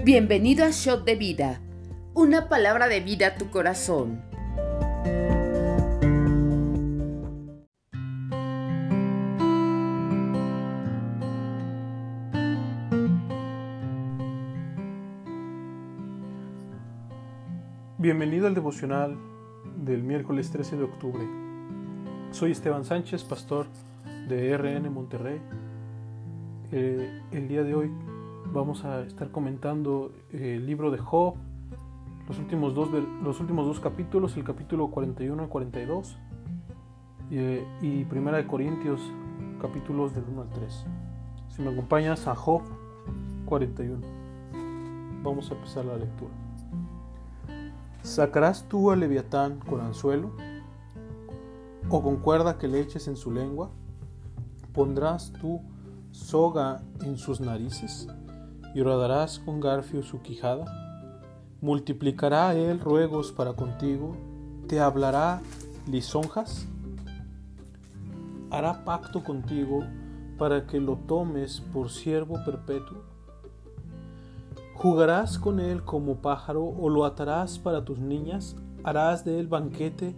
Bienvenido a Shot de Vida, una palabra de vida a tu corazón. Bienvenido al devocional del miércoles 13 de octubre. Soy Esteban Sánchez, pastor de RN Monterrey. El día de hoy vamos a estar comentando el libro de Job, los últimos dos capítulos, el capítulo 41 y 42, y Primera de Corintios, capítulos del 1 al 3. Si me acompañas a Job 41, vamos a empezar la lectura. ¿Sacarás tú al Leviatán con anzuelo, o con cuerda que le eches en su lengua? ¿Pondrás tú soga en sus narices, y horadarás con garfio su quijada? ¿Multiplicará él ruegos para contigo? ¿Te hablará lisonjas? ¿Hará pacto contigo para que lo tomes por siervo perpetuo? ¿Jugarás con él como pájaro, o lo atarás para tus niñas? ¿Harán de él banquete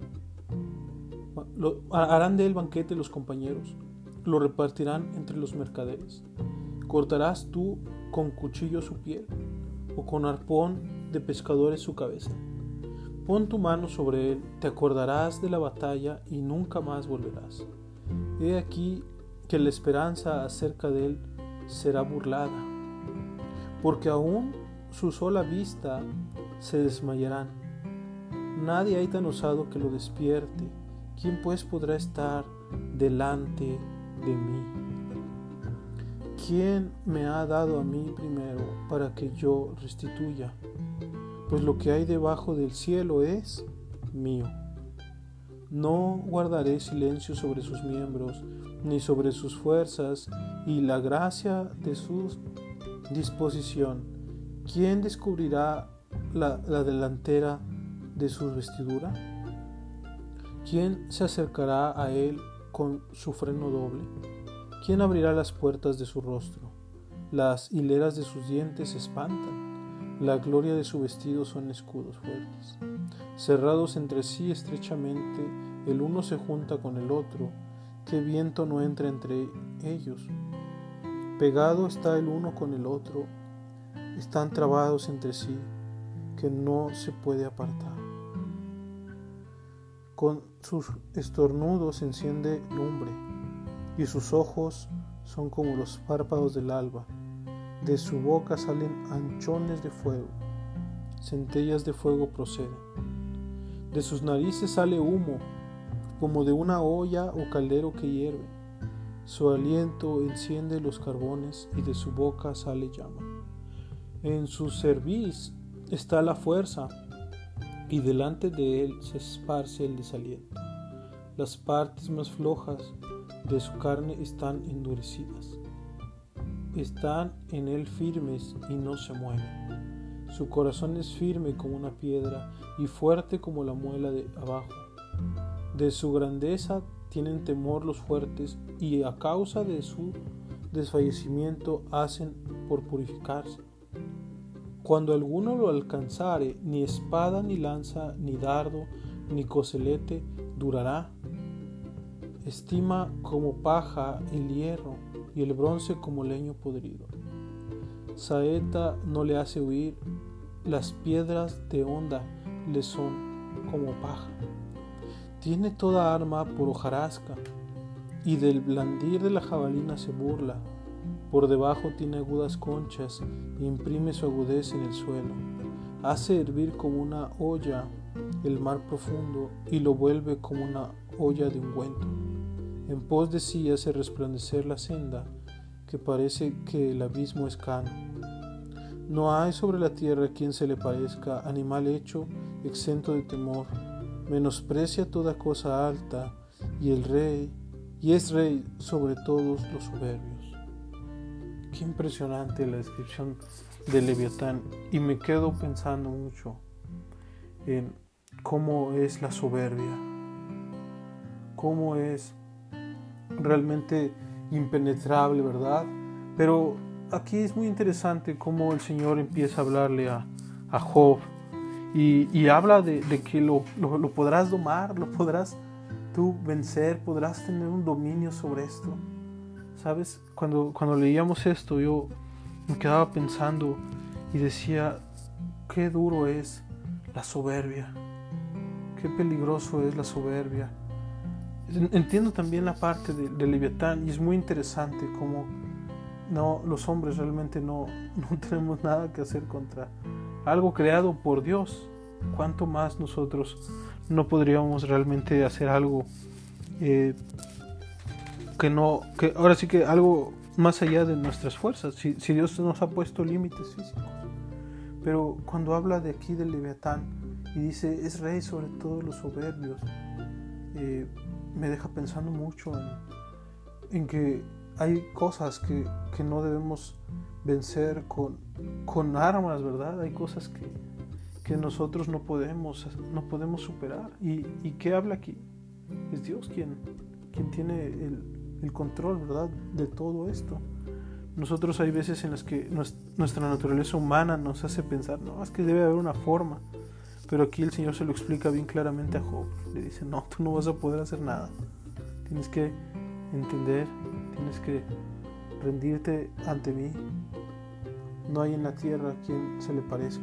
los compañeros? ¿Lo repartirán entre los mercaderes? ¿Cortarás tú con cuchillo su piel, o con arpón de pescadores su cabeza? Pon tu mano sobre él, te acordarás de la batalla y nunca más volverás. He aquí que la esperanza acerca de él será burlada, porque aún su sola vista se desmayarán. Nadie hay tan osado que lo despierte. ¿Quién pues podrá estar delante de mí? ¿Quién me ha dado a mí primero para que yo restituya? Pues lo que hay debajo del cielo es mío. No guardaré silencio sobre sus miembros, ni sobre sus fuerzas y la gracia de su disposición. ¿Quién descubrirá la delantera de su vestidura? ¿Quién se acercará a él con su freno doble? ¿Quién abrirá las puertas de su rostro? Las hileras de sus dientes se espantan. La gloria de su vestido son escudos fuertes. Cerrados entre sí estrechamente, el uno se junta con el otro, que viento no entra entre ellos. Pegado está el uno con el otro, están trabados entre sí, que no se puede apartar. Con sus estornudos enciende lumbre, y sus ojos son como los párpados del alba. De su boca salen anchones de fuego, centellas de fuego proceden. De sus narices sale humo, como de una olla o caldero que hierve. Su aliento enciende los carbones, y de su boca sale llama. En su cerviz está la fuerza, y delante de él se esparce el desaliento. Las partes más flojas de su carne están endurecidas. Están en él firmes y no se mueven. Su corazón es firme como una piedra y fuerte como la muela de abajo. De su grandeza tienen temor los fuertes, y a causa de su desfallecimiento hacen por purificarse. Cuando alguno lo alcanzare, ni espada, ni lanza, ni dardo, ni coselete durará. Estima como paja el hierro, y el bronce como leño podrido. Saeta no le hace huir, las piedras de honda le son como paja. Tiene toda arma por hojarasca, y del blandir de la jabalina se burla. Por debajo tiene agudas conchas, e imprime su agudez en el suelo. Hace hervir como una olla el mar profundo, y lo vuelve como una olla de ungüento. En pos de sí hace resplandecer la senda, que parece que el abismo es cano. No hay sobre la tierra quien se le parezca, animal hecho, exento de temor. Menosprecia toda cosa alta, y es rey sobre todos los soberbios. Qué impresionante la descripción del Leviatán, y me quedo pensando mucho en cómo es la soberbia, cómo es realmente impenetrable, ¿verdad? Pero aquí es muy interesante cómo el Señor empieza a hablarle a Job y habla de que lo podrás domar, lo podrás tú vencer, podrás tener un dominio sobre esto. ¿Sabes? Cuando leíamos esto, yo me quedaba pensando y decía, qué duro es la soberbia, qué peligroso es la soberbia. Entiendo también la parte de Leviatán, y es muy interesante cómo los hombres realmente no tenemos nada que hacer contra algo creado por Dios. ¿Cuánto más nosotros no podríamos realmente hacer algo que ahora sí que algo más allá de nuestras fuerzas, si Dios nos ha puesto límites físicos? Pero cuando habla de aquí del Leviatán y dice es rey sobre todos los soberbios, me deja pensando mucho en que hay cosas que no debemos vencer con armas, ¿verdad? Hay cosas que nosotros no podemos superar. ¿Y qué habla aquí? Es Dios quien tiene el control, ¿verdad?, de todo esto. Nosotros hay veces en las que nuestra naturaleza humana nos hace pensar, no, es que debe haber una forma. Pero aquí el Señor se lo explica bien claramente a Job. Le dice, no, tú no vas a poder hacer nada. Tienes que entender, tienes que rendirte ante mí. No hay en la tierra quien se le parezca.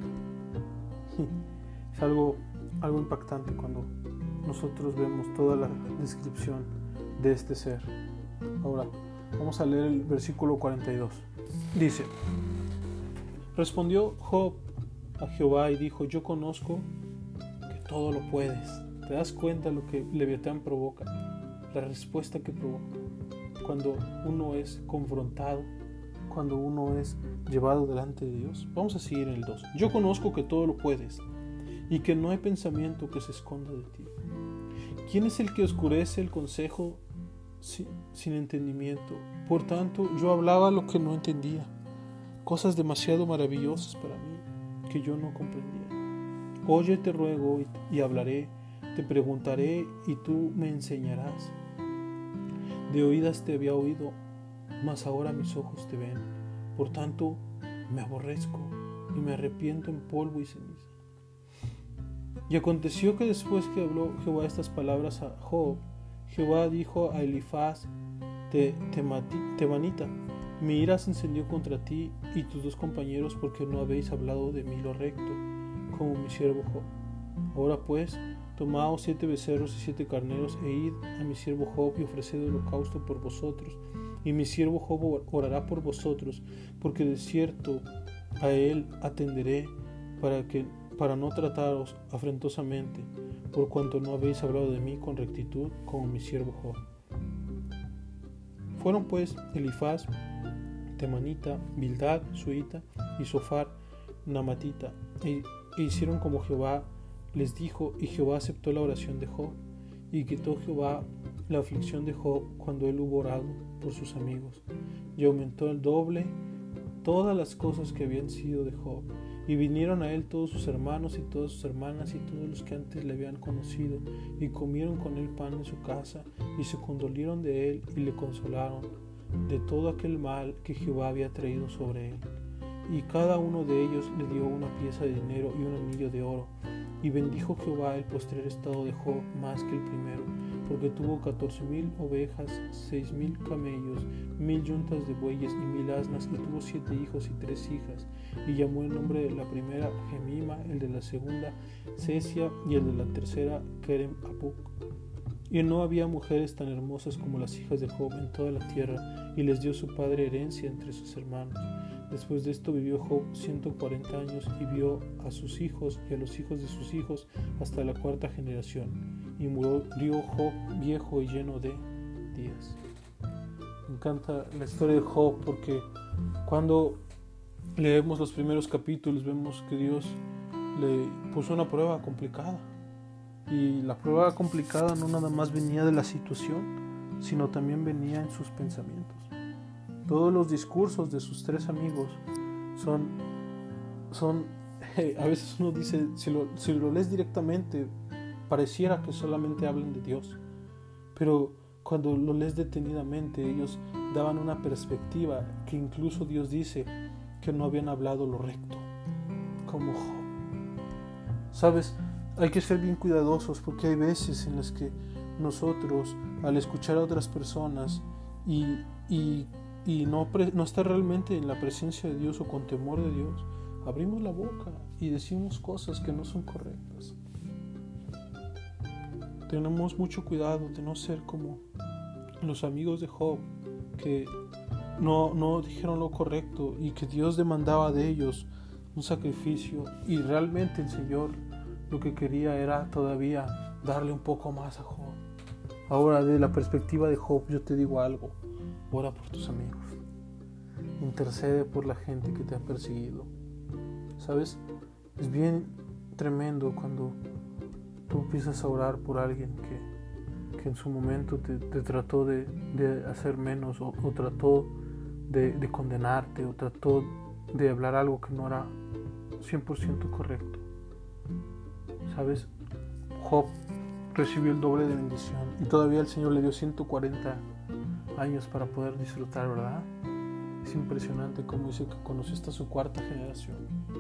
Es algo impactante cuando nosotros vemos toda la descripción de este ser. Ahora, vamos a leer el versículo 42. Dice, respondió Job a Jehová y dijo, yo conozco que todo lo puedes. ¿Te das cuenta lo que Leviatán provoca? La respuesta que provoca cuando uno es confrontado, cuando uno es llevado delante de Dios. Vamos a seguir en el 2. Yo conozco que todo lo puedes y que no hay pensamiento que se esconda de ti. ¿Quién es el que oscurece el consejo sin entendimiento? Por tanto, yo hablaba lo que no entendía, cosas demasiado maravillosas para mí que yo no comprendía. Oye, te ruego y hablaré, te preguntaré y tú me enseñarás. De oídas te había oído, mas ahora mis ojos te ven. Por tanto, me aborrezco y me arrepiento en polvo y ceniza. Y aconteció que después que habló Jehová estas palabras a Job, Jehová dijo a Elifaz Temanita, mi ira se encendió contra ti y tus dos compañeros porque no habéis hablado de mí lo recto, como mi siervo Job. Ahora pues, tomaos 7 becerros y 7 carneros e id a mi siervo Job y ofreced holocausto por vosotros, y mi siervo Job orará por vosotros, porque de cierto a él atenderé para no trataros afrentosamente, por cuanto no habéis hablado de mí con rectitud como mi siervo Job. Fueron pues Elifaz Temanita, Bildad Suita y Sofar Namatita, e hicieron como Jehová les dijo, y Jehová aceptó la oración de Job, y quitó Jehová la aflicción de Job cuando él hubo orado por sus amigos, y aumentó el doble todas las cosas que habían sido de Job. Y vinieron a él todos sus hermanos y todas sus hermanas y todos los que antes le habían conocido, y comieron con él pan en su casa, y se condolieron de él y le consolaron de todo aquel mal que Jehová había traído sobre él. Y cada uno de ellos le dio una pieza de dinero y un anillo de oro. Y bendijo Jehová el postrer estado de Job más que el primero, porque tuvo 14,000 ovejas, 6,000 camellos, 1,000 yuntas de bueyes y 1,000 asnas, y tuvo 7 hijos y 3 hijas. Y llamó el nombre de la primera Gemima, el de la segunda Cesia, y el de la tercera Kerem Apuk. Y no había mujeres tan hermosas como las hijas de Job en toda la tierra, y les dio su padre herencia entre sus hermanos. Después de esto vivió Job 140 años y vio a sus hijos y a los hijos de sus hijos hasta la 4ª generación. Y murió Job viejo y lleno de días. Me encanta la historia de Job porque cuando leemos los primeros capítulos vemos que Dios le puso una prueba complicada. Y la prueba complicada no nada más venía de la situación, sino también venía en sus pensamientos. Todos los discursos de sus 3 amigos son a veces uno dice, si lo lees directamente, pareciera que solamente hablan de Dios. Pero cuando lo lees detenidamente, ellos daban una perspectiva que incluso Dios dice que no habían hablado lo recto, como Job. ¿Sabes? Hay que ser bien cuidadosos porque hay veces en las que nosotros, al escuchar a otras personas y no estar realmente en la presencia de Dios o con temor de Dios, abrimos la boca y decimos cosas que no son correctas. Tenemos mucho cuidado de no ser como los amigos de Job, que no dijeron lo correcto y que Dios demandaba de ellos un sacrificio, y realmente el Señor lo que quería era todavía darle un poco más a Job. Ahora, de la perspectiva de Job, yo te digo algo: ora por tus amigos, intercede por la gente que te ha perseguido. ¿Sabes? Es bien tremendo cuando tú empiezas a orar por alguien que en su momento te trató de hacer menos o trató de condenarte o trató de hablar algo que no era 100% correcto. ¿Sabes? Job recibió el doble de bendición y todavía el Señor le dio 140 años para poder disfrutar, ¿verdad? Es impresionante cómo dice que conoció hasta su cuarta generación.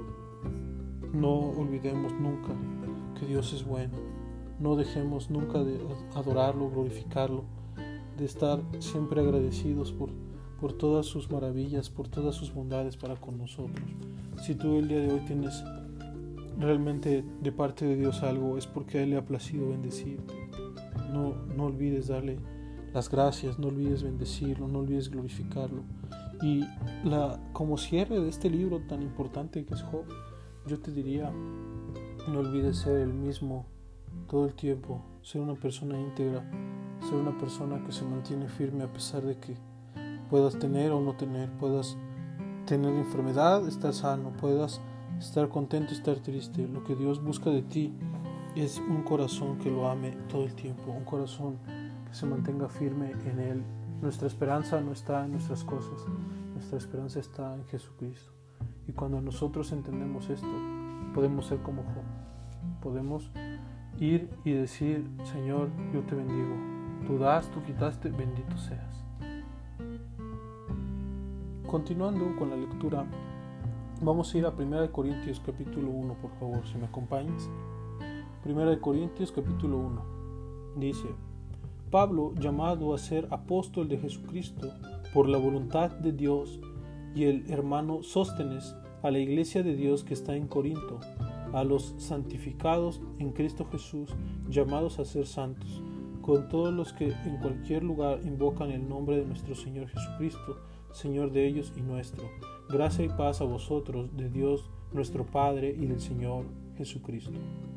No olvidemos nunca que Dios es bueno. No dejemos nunca de adorarlo, glorificarlo, de estar siempre agradecidos por todas sus maravillas, por todas sus bondades para con nosotros. Si tú el día de hoy tienes realmente de parte de Dios algo, es porque a Él le ha placido bendecirte. No olvides darle las gracias, no olvides bendecirlo, no olvides glorificarlo. Y como cierre de este libro tan importante que es Job, yo te diría: no olvides ser el mismo todo el tiempo, ser una persona íntegra, ser una persona que se mantiene firme a pesar de que puedas tener o no tener, puedas tener enfermedad, estar sano, puedas estar contento, estar triste. Lo que Dios busca de ti es un corazón que lo ame todo el tiempo, un corazón que se mantenga firme en Él. Nuestra esperanza no está en nuestras cosas, nuestra esperanza está en Jesucristo. Y cuando nosotros entendemos esto, podemos ser como Job. Podemos ir y decir: Señor, yo te bendigo. Tú das, tú quitaste, bendito seas. Continuando con la lectura, vamos a ir a 1 Corintios capítulo 1, por favor, si me acompañas. 1 Corintios capítulo 1 dice: Pablo, llamado a ser apóstol de Jesucristo por la voluntad de Dios, y el hermano Sóstenes, a la iglesia de Dios que está en Corinto, a los santificados en Cristo Jesús, llamados a ser santos, con todos los que en cualquier lugar invocan el nombre de nuestro Señor Jesucristo, Señor de ellos y nuestro. Gracia y paz a vosotros, de Dios nuestro Padre y del Señor Jesucristo.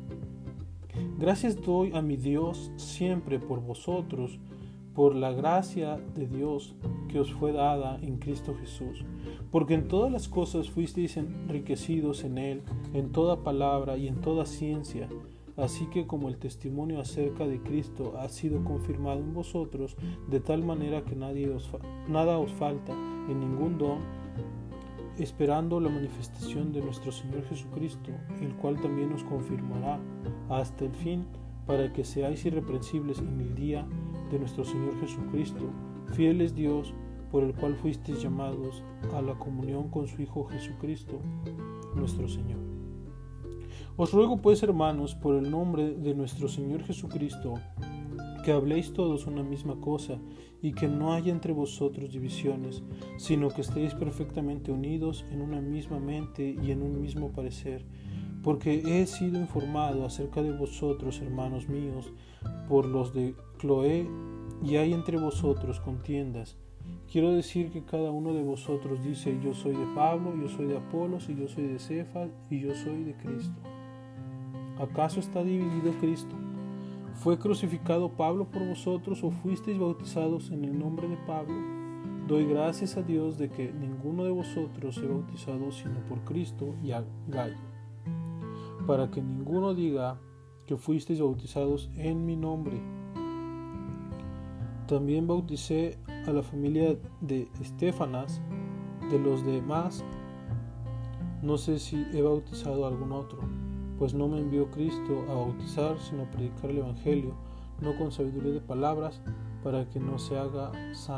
Gracias doy a mi Dios siempre por vosotros, por la gracia de Dios que os fue dada en Cristo Jesús, porque en todas las cosas fuisteis enriquecidos en Él, en toda palabra y en toda ciencia, así que como el testimonio acerca de Cristo ha sido confirmado en vosotros, de tal manera que nada os falta en ningún don, esperando la manifestación de nuestro Señor Jesucristo, el cual también os confirmará hasta el fin, para que seáis irreprensibles en el día de nuestro Señor Jesucristo. Fiel es Dios, por el cual fuisteis llamados a la comunión con su Hijo Jesucristo, nuestro Señor. Os ruego pues, hermanos, por el nombre de nuestro Señor Jesucristo, que habléis todos una misma cosa, y que no haya entre vosotros divisiones, sino que estéis perfectamente unidos en una misma mente y en un mismo parecer. Porque he sido informado acerca de vosotros, hermanos míos, por los de Cloé, y hay entre vosotros contiendas. Quiero decir que cada uno de vosotros dice: yo soy de Pablo, yo soy de Apolos, y yo soy de Cefas, y yo soy de Cristo. ¿Acaso está dividido Cristo? ¿Fue crucificado Pablo por vosotros o fuisteis bautizados en el nombre de Pablo? Doy gracias a Dios de que ninguno de vosotros se bautizado sino por Cristo y a Gayo, para que ninguno diga que fuisteis bautizados en mi nombre. También bauticé a la familia de Estéfanas. De los demás, no sé si he bautizado a algún otro, pues no me envió Cristo a bautizar, sino a predicar el Evangelio, no con sabiduría de palabras, para que no se haga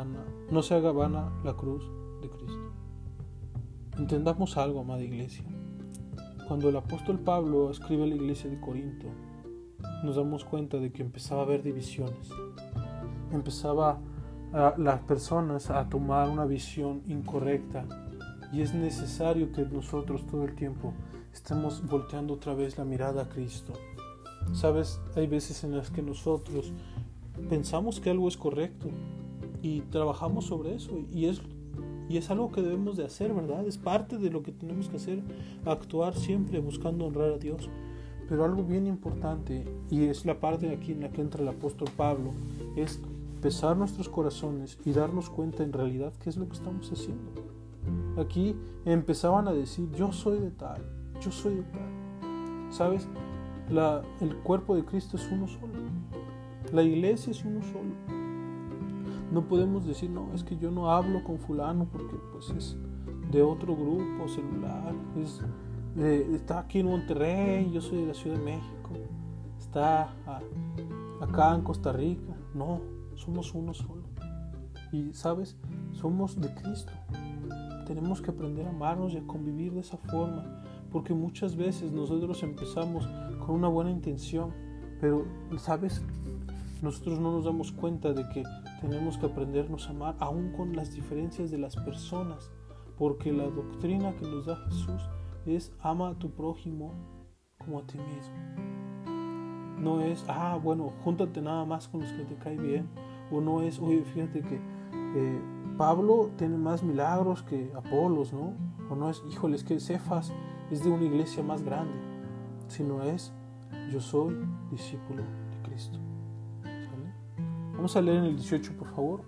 vana la cruz de Cristo. Entendamos algo, amada iglesia. Cuando el apóstol Pablo escribe a la iglesia de Corinto, nos damos cuenta de que empezaba a haber divisiones. Empezaba las personas a tomar una visión incorrecta, y es necesario que nosotros todo el tiempo estemos volteando otra vez la mirada a Cristo. Sabes, hay veces en las que nosotros pensamos que algo es correcto y trabajamos sobre eso, y es algo que debemos de hacer, ¿verdad? Es parte de lo que tenemos que hacer, actuar siempre buscando honrar a Dios. Pero algo bien importante, y es la parte aquí en la que entra el apóstol Pablo, es pesar nuestros corazones y darnos cuenta en realidad qué es lo que estamos haciendo. Aquí empezaban a decir: yo soy de tal, yo soy de tal. ¿Sabes? El cuerpo de Cristo es uno solo. La iglesia es uno solo. No podemos decir: no, es que yo no hablo con fulano porque pues es de otro grupo celular, está aquí en Monterrey, yo soy de la Ciudad de México, está acá en Costa Rica. No, somos uno solo. Y ¿sabes? Somos de Cristo. Tenemos que aprender a amarnos y a convivir de esa forma, porque muchas veces nosotros empezamos con una buena intención, pero ¿sabes? Nosotros no nos damos cuenta de que tenemos que aprendernos a amar aún con las diferencias de las personas, porque la doctrina que nos da Jesús es: ama a tu prójimo como a ti mismo. No es: bueno, júntate nada más con los que te cae bien, o no es: oye, fíjate que Pablo tiene más milagros que Apolos, ¿no? O no es: híjole, es que Cefas es de una iglesia más grande, sino es: yo soy discípulo de Cristo. Vamos a leer en el 18, por favor.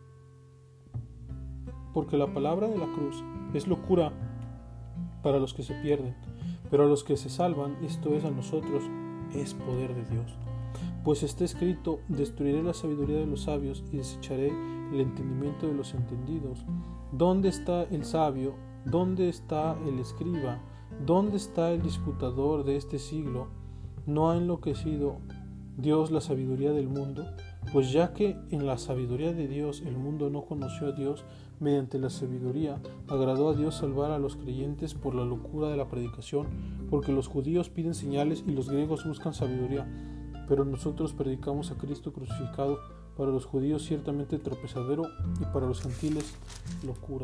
Porque la palabra de la cruz es locura para los que se pierden, pero a los que se salvan, esto es, a nosotros, es poder de Dios. Pues está escrito: destruiré la sabiduría de los sabios y desecharé el entendimiento de los entendidos. ¿Dónde está el sabio? ¿Dónde está el escriba? ¿Dónde está el disputador de este siglo? ¿No ha enloquecido Dios la sabiduría del mundo? Pues ya que en la sabiduría de Dios el mundo no conoció a Dios, mediante la sabiduría agradó a Dios salvar a los creyentes por la locura de la predicación, porque los judíos piden señales y los griegos buscan sabiduría, pero nosotros predicamos a Cristo crucificado, para los judíos ciertamente tropezadero y para los gentiles locura.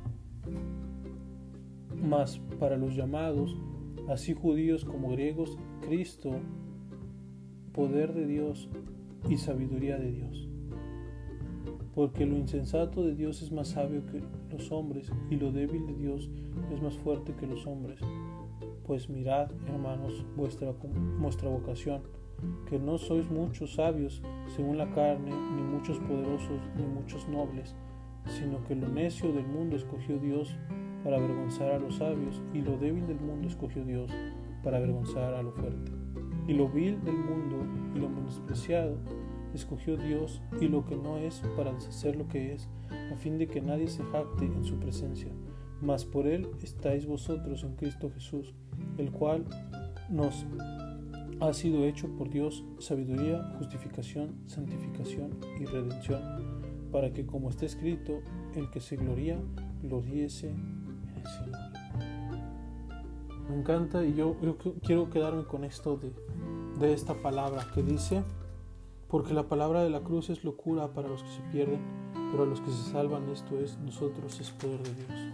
Mas para los llamados, así judíos como griegos, Cristo, poder de Dios y sabiduría de Dios. Porque lo insensato de Dios es más sabio que los hombres, y lo débil de Dios es más fuerte que los hombres. Pues mirad, hermanos, vuestra vocación, que no sois muchos sabios según la carne, ni muchos poderosos, ni muchos nobles, sino que lo necio del mundo escogió Dios para avergonzar a los sabios, y lo débil del mundo escogió Dios para avergonzar a lo fuerte. Y lo vil del mundo y lo menospreciado escogió Dios, y lo que no es, para deshacer lo que es, a fin de que nadie se jacte en su presencia. Mas por él estáis vosotros en Cristo Jesús, el cual nos ha sido hecho por Dios sabiduría, justificación, santificación y redención, para que, como está escrito, el que se gloríese en el Señor. Me encanta, y yo quiero quedarme con esto de esta palabra que dice: porque la palabra de la cruz es locura para los que se pierden, pero a los que se salvan, esto es, nosotros, es poder de Dios.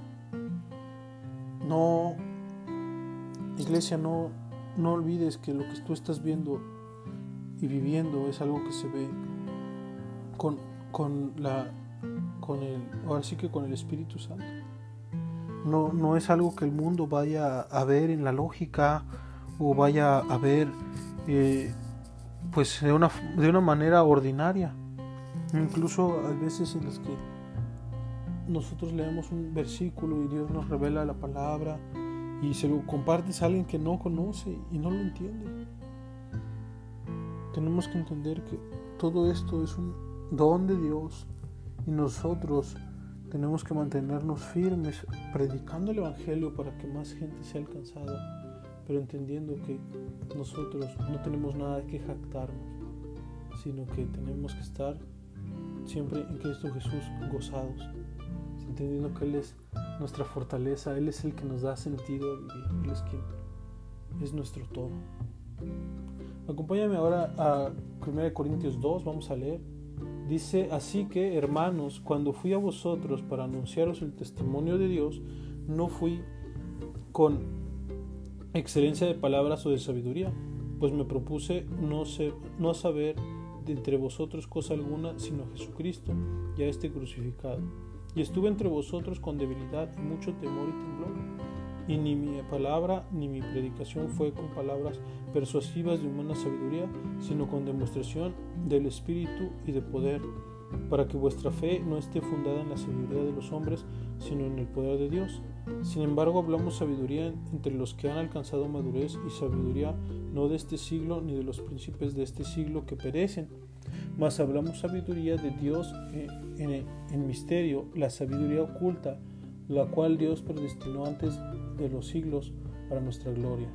No, iglesia, no olvides que lo que tú estás viendo y viviendo es algo que se ve ahora sí que con el Espíritu Santo. No es algo que el mundo vaya a ver en la lógica, o vaya a ver pues de una manera ordinaria. Incluso hay veces en las que nosotros leemos un versículo y Dios nos revela la palabra y se lo compartes a alguien que no conoce y no lo entiende. Tenemos que entender que todo esto es un don de Dios, y nosotros tenemos que mantenernos firmes predicando el Evangelio para que más gente sea alcanzada, pero entendiendo que nosotros no tenemos nada de que jactarnos, sino que tenemos que estar siempre en Cristo Jesús gozados, entendiendo que Él es nuestra fortaleza, Él es el que nos da sentido a vivir, Él es quien es nuestro todo. Acompáñame ahora a 1 Corintios 2, vamos a leer. Dice: así que, hermanos, cuando fui a vosotros para anunciaros el testimonio de Dios, no fui con excelencia de palabras o de sabiduría, pues me propuse no saber de entre vosotros cosa alguna, sino a Jesucristo y a este crucificado. Y estuve entre vosotros con debilidad y mucho temor y temblor. Y ni mi palabra ni mi predicación fue con palabras persuasivas de humana sabiduría, sino con demostración del Espíritu y de poder, para que vuestra fe no esté fundada en la sabiduría de los hombres, sino en el poder de Dios. Sin embargo, hablamos sabiduría entre los que han alcanzado madurez, y sabiduría no de este siglo ni de los príncipes de este siglo que perecen, mas hablamos sabiduría de Dios en misterio, la sabiduría oculta, la cual Dios predestinó antes de los siglos para nuestra gloria,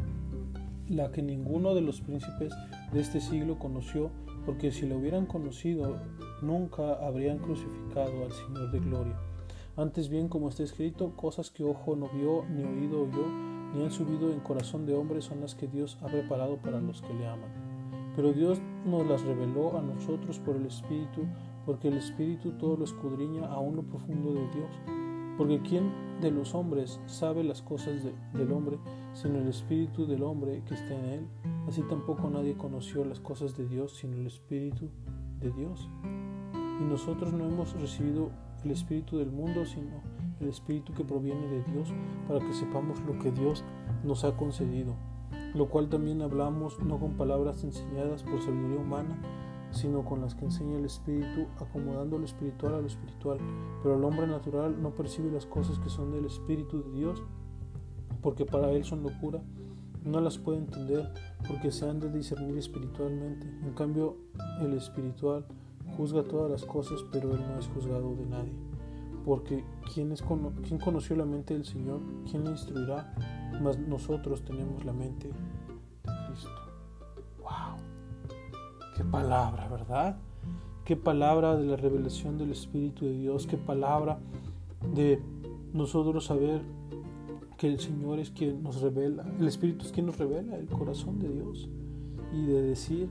la que ninguno de los príncipes de este siglo conoció, porque si la hubieran conocido, nunca habrían crucificado al Señor de gloria. Antes bien, como está escrito, cosas que ojo no vio, ni oído oyó, ni han subido en corazón de hombre, son las que Dios ha preparado para los que le aman. Pero Dios nos las reveló a nosotros por el Espíritu, porque el Espíritu todo lo escudriña aún lo profundo de Dios. Porque ¿quién de los hombres sabe las cosas del hombre, sino el Espíritu del hombre que está en él? Así tampoco nadie conoció las cosas de Dios, sino el Espíritu de Dios. Y nosotros no hemos recibido el Espíritu del mundo, sino el Espíritu que proviene de Dios, para que sepamos lo que Dios nos ha concedido, lo cual también hablamos no con palabras enseñadas por sabiduría humana, sino con las que enseña el Espíritu, acomodando lo espiritual a lo espiritual. Pero el hombre natural no percibe las cosas que son del Espíritu de Dios, porque para él son locura, no las puede entender, porque se han de discernir espiritualmente. En cambio, el espiritual juzga todas las cosas, pero él no es juzgado de nadie. Porque ¿quién conoció la mente del Señor? ¿Quién le instruirá? Mas nosotros tenemos la mente de Cristo. ¡Wow! ¡Qué palabra!, ¿verdad? ¡Qué palabra de la revelación del Espíritu de Dios! ¡Qué palabra de nosotros saber que el Señor es quien nos revela, el Espíritu es quien nos revela el corazón de Dios! Y de decir,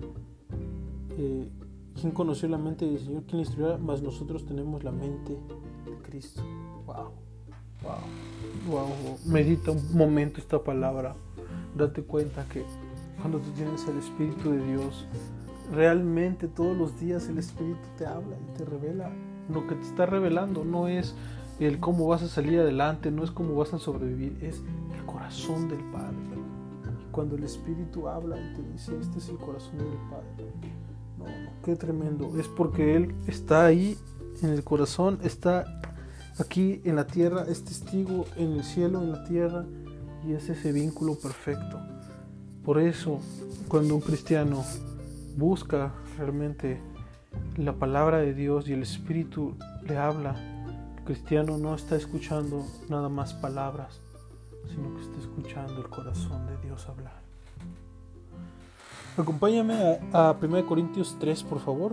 ¿quién conoció la mente del Señor? ¿Quién le instruirá? Mas nosotros tenemos la mente de Cristo. ¡Wow! ¡Wow! ¡Wow! Medita un momento esta palabra. Date cuenta que cuando tú tienes el Espíritu de Dios, realmente todos los días el Espíritu te habla y te revela. Lo que te está revelando no es el cómo vas a salir adelante, no es cómo vas a sobrevivir, es el corazón del Padre. Y cuando el Espíritu habla y te dice, este es el corazón del Padre, no, qué tremendo, es porque Él está ahí en el corazón, está aquí en la tierra, es testigo en el cielo, en la tierra, y es ese vínculo perfecto. Por eso, cuando un cristiano busca realmente la palabra de Dios y el Espíritu le habla, el cristiano no está escuchando nada más palabras, sino que está escuchando el corazón de Dios hablar. Acompáñame a 1 Corintios 3, por favor.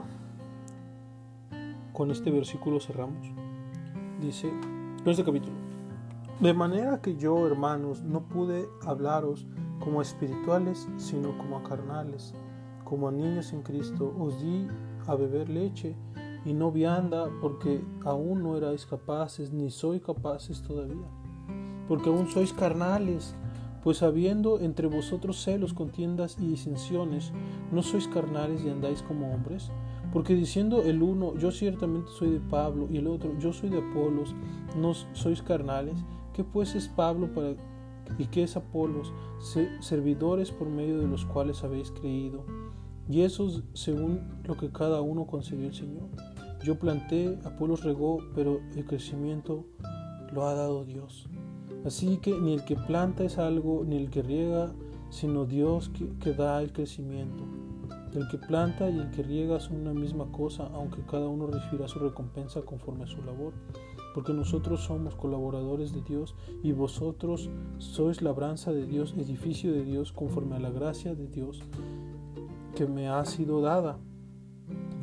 Con este versículo cerramos. Dice, en este capítulo: de manera que yo, hermanos, no pude hablaros como a espirituales, sino como a carnales, como a niños en Cristo. Os di a beber leche y no vianda, porque aún no erais capaces, ni sois capaces todavía, porque aún sois carnales. Pues habiendo entre vosotros celos, contiendas y disensiones, ¿no sois carnales y andáis como hombres? Porque diciendo el uno, yo ciertamente soy de Pablo, y el otro, yo soy de Apolos, ¿no sois carnales? ¿Qué pues es Pablo y qué es Apolos? Servidores por medio de los cuales habéis creído, y esos según lo que cada uno concedió el Señor. Yo planté, Apolos regó, pero el crecimiento lo ha dado Dios. Así que ni el que planta es algo, ni el que riega, sino Dios que da el crecimiento. El que planta y el que riega son una misma cosa, aunque cada uno recibirá su recompensa conforme a su labor. Porque nosotros somos colaboradores de Dios, y vosotros sois labranza de Dios, edificio de Dios, conforme a la gracia de Dios que me ha sido dada.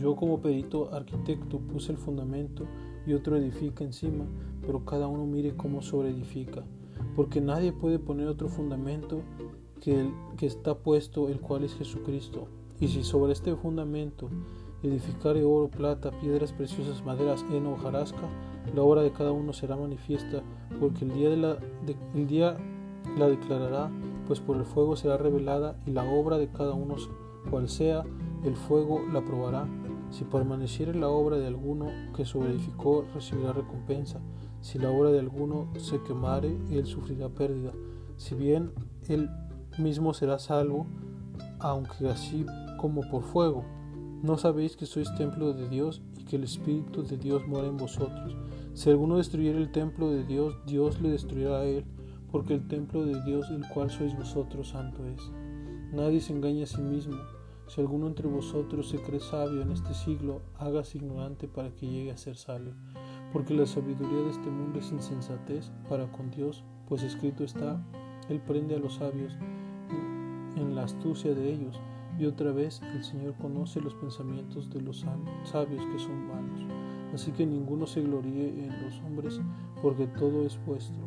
Yo como perito arquitecto puse el fundamento y otro edifica encima, pero cada uno mire cómo sobreedifica, porque nadie puede poner otro fundamento que el que está puesto, el cual es Jesucristo. Y si sobre este fundamento edificare oro, plata, piedras preciosas, maderas, heno, hojarasca, la obra de cada uno será manifiesta, porque el día la declarará, pues por el fuego será revelada, y la obra de cada uno, cual sea, el fuego la probará. Si permaneciere la obra de alguno que sobreedificó, recibirá recompensa. Si la obra de alguno se quemare, él sufrirá pérdida. Si bien él mismo será salvo, aunque así como por fuego. ¿No sabéis que sois templo de Dios y que el Espíritu de Dios mora en vosotros? Si alguno destruyere el templo de Dios, Dios le destruirá a él, porque el templo de Dios, el cual sois vosotros, santo es. Nadie se engaña a sí mismo. Si alguno entre vosotros se cree sabio en este siglo, hágase ignorante para que llegue a ser sabio. Porque la sabiduría de este mundo es insensatez para con Dios, pues escrito está, Él prende a los sabios en la astucia de ellos. Y otra vez, el Señor conoce los pensamientos de los sabios que son vanos. Así que ninguno se gloríe en los hombres, porque todo es vuestro.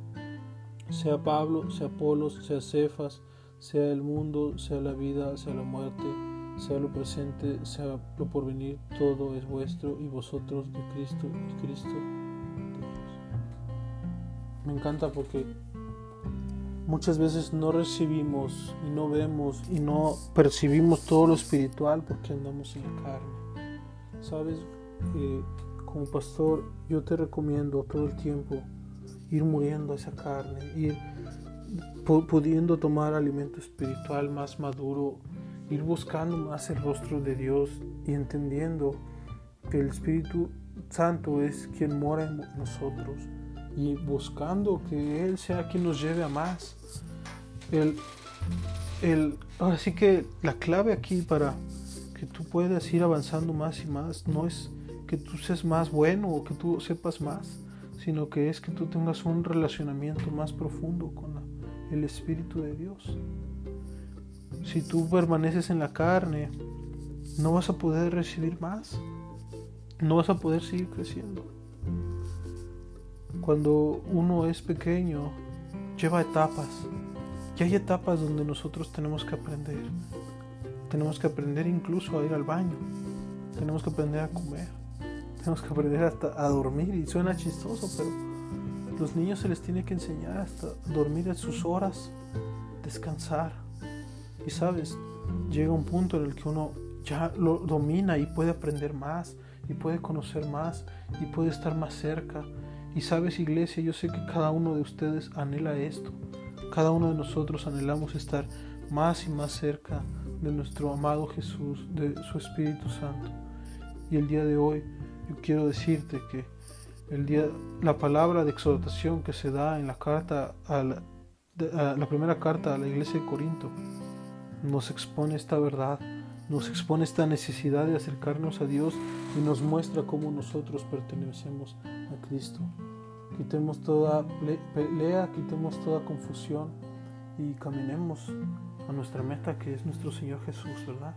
Sea Pablo, sea Apolos, sea Cefas, sea el mundo, sea la vida, sea la muerte, sea lo presente, sea lo porvenir, todo es vuestro y vosotros de Cristo y Cristo de Dios. Me encanta porque muchas veces no recibimos y no vemos y no percibimos todo lo espiritual porque andamos en la carne. Sabes, como pastor yo te recomiendo todo el tiempo ir muriendo a esa carne, ir pudiendo tomar alimento espiritual más maduro, ir buscando más el rostro de Dios y entendiendo que el Espíritu Santo es quien mora en nosotros y buscando que Él sea quien nos lleve a más. Ahora sí que la clave aquí para que tú puedas ir avanzando más y más no es que tú seas más bueno o que tú sepas más, sino que es que tú tengas un relacionamiento más profundo con el Espíritu de Dios. Si tú permaneces en la carne, no vas a poder recibir más, no vas a poder seguir creciendo. Cuando uno es pequeño, lleva etapas, y hay etapas donde nosotros tenemos que aprender incluso a ir al baño, tenemos que aprender a comer, tenemos que aprender hasta a dormir, y suena chistoso, pero los niños se les tiene que enseñar hasta dormir en sus horas, descansar. Y sabes, llega un punto en el que uno ya lo domina y puede aprender más, y puede conocer más, y puede estar más cerca. Y sabes, iglesia, yo sé que cada uno de ustedes anhela esto. Cada uno de nosotros anhelamos estar más y más cerca de nuestro amado Jesús, de su Espíritu Santo. Y el día de hoy yo quiero decirte que la palabra de exhortación que se da en la carta a la primera carta a la iglesia de Corinto nos expone esta verdad, nos expone esta necesidad de acercarnos a Dios y nos muestra cómo nosotros pertenecemos a Cristo. Quitemos toda pelea, quitemos toda confusión y caminemos a nuestra meta, que es nuestro Señor Jesús, ¿verdad?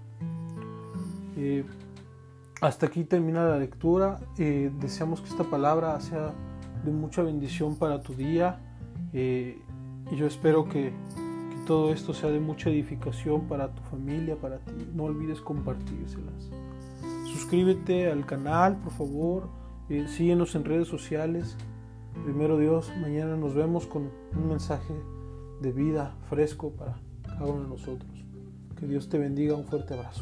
Hasta aquí termina la lectura. Deseamos que esta palabra sea de mucha bendición para tu día. Y yo espero que todo esto sea de mucha edificación para tu familia, para ti. No olvides compartírselas. Suscríbete al canal, por favor. Síguenos en redes sociales. Primero Dios, mañana nos vemos con un mensaje de vida fresco para cada uno de nosotros. Que Dios te bendiga. Un fuerte abrazo.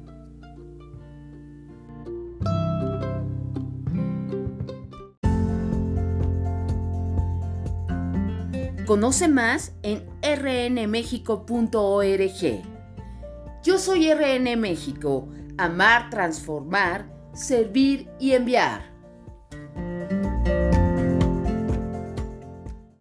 Conoce más en rnmexico.org. Yo soy RN México. Amar, transformar, servir y enviar.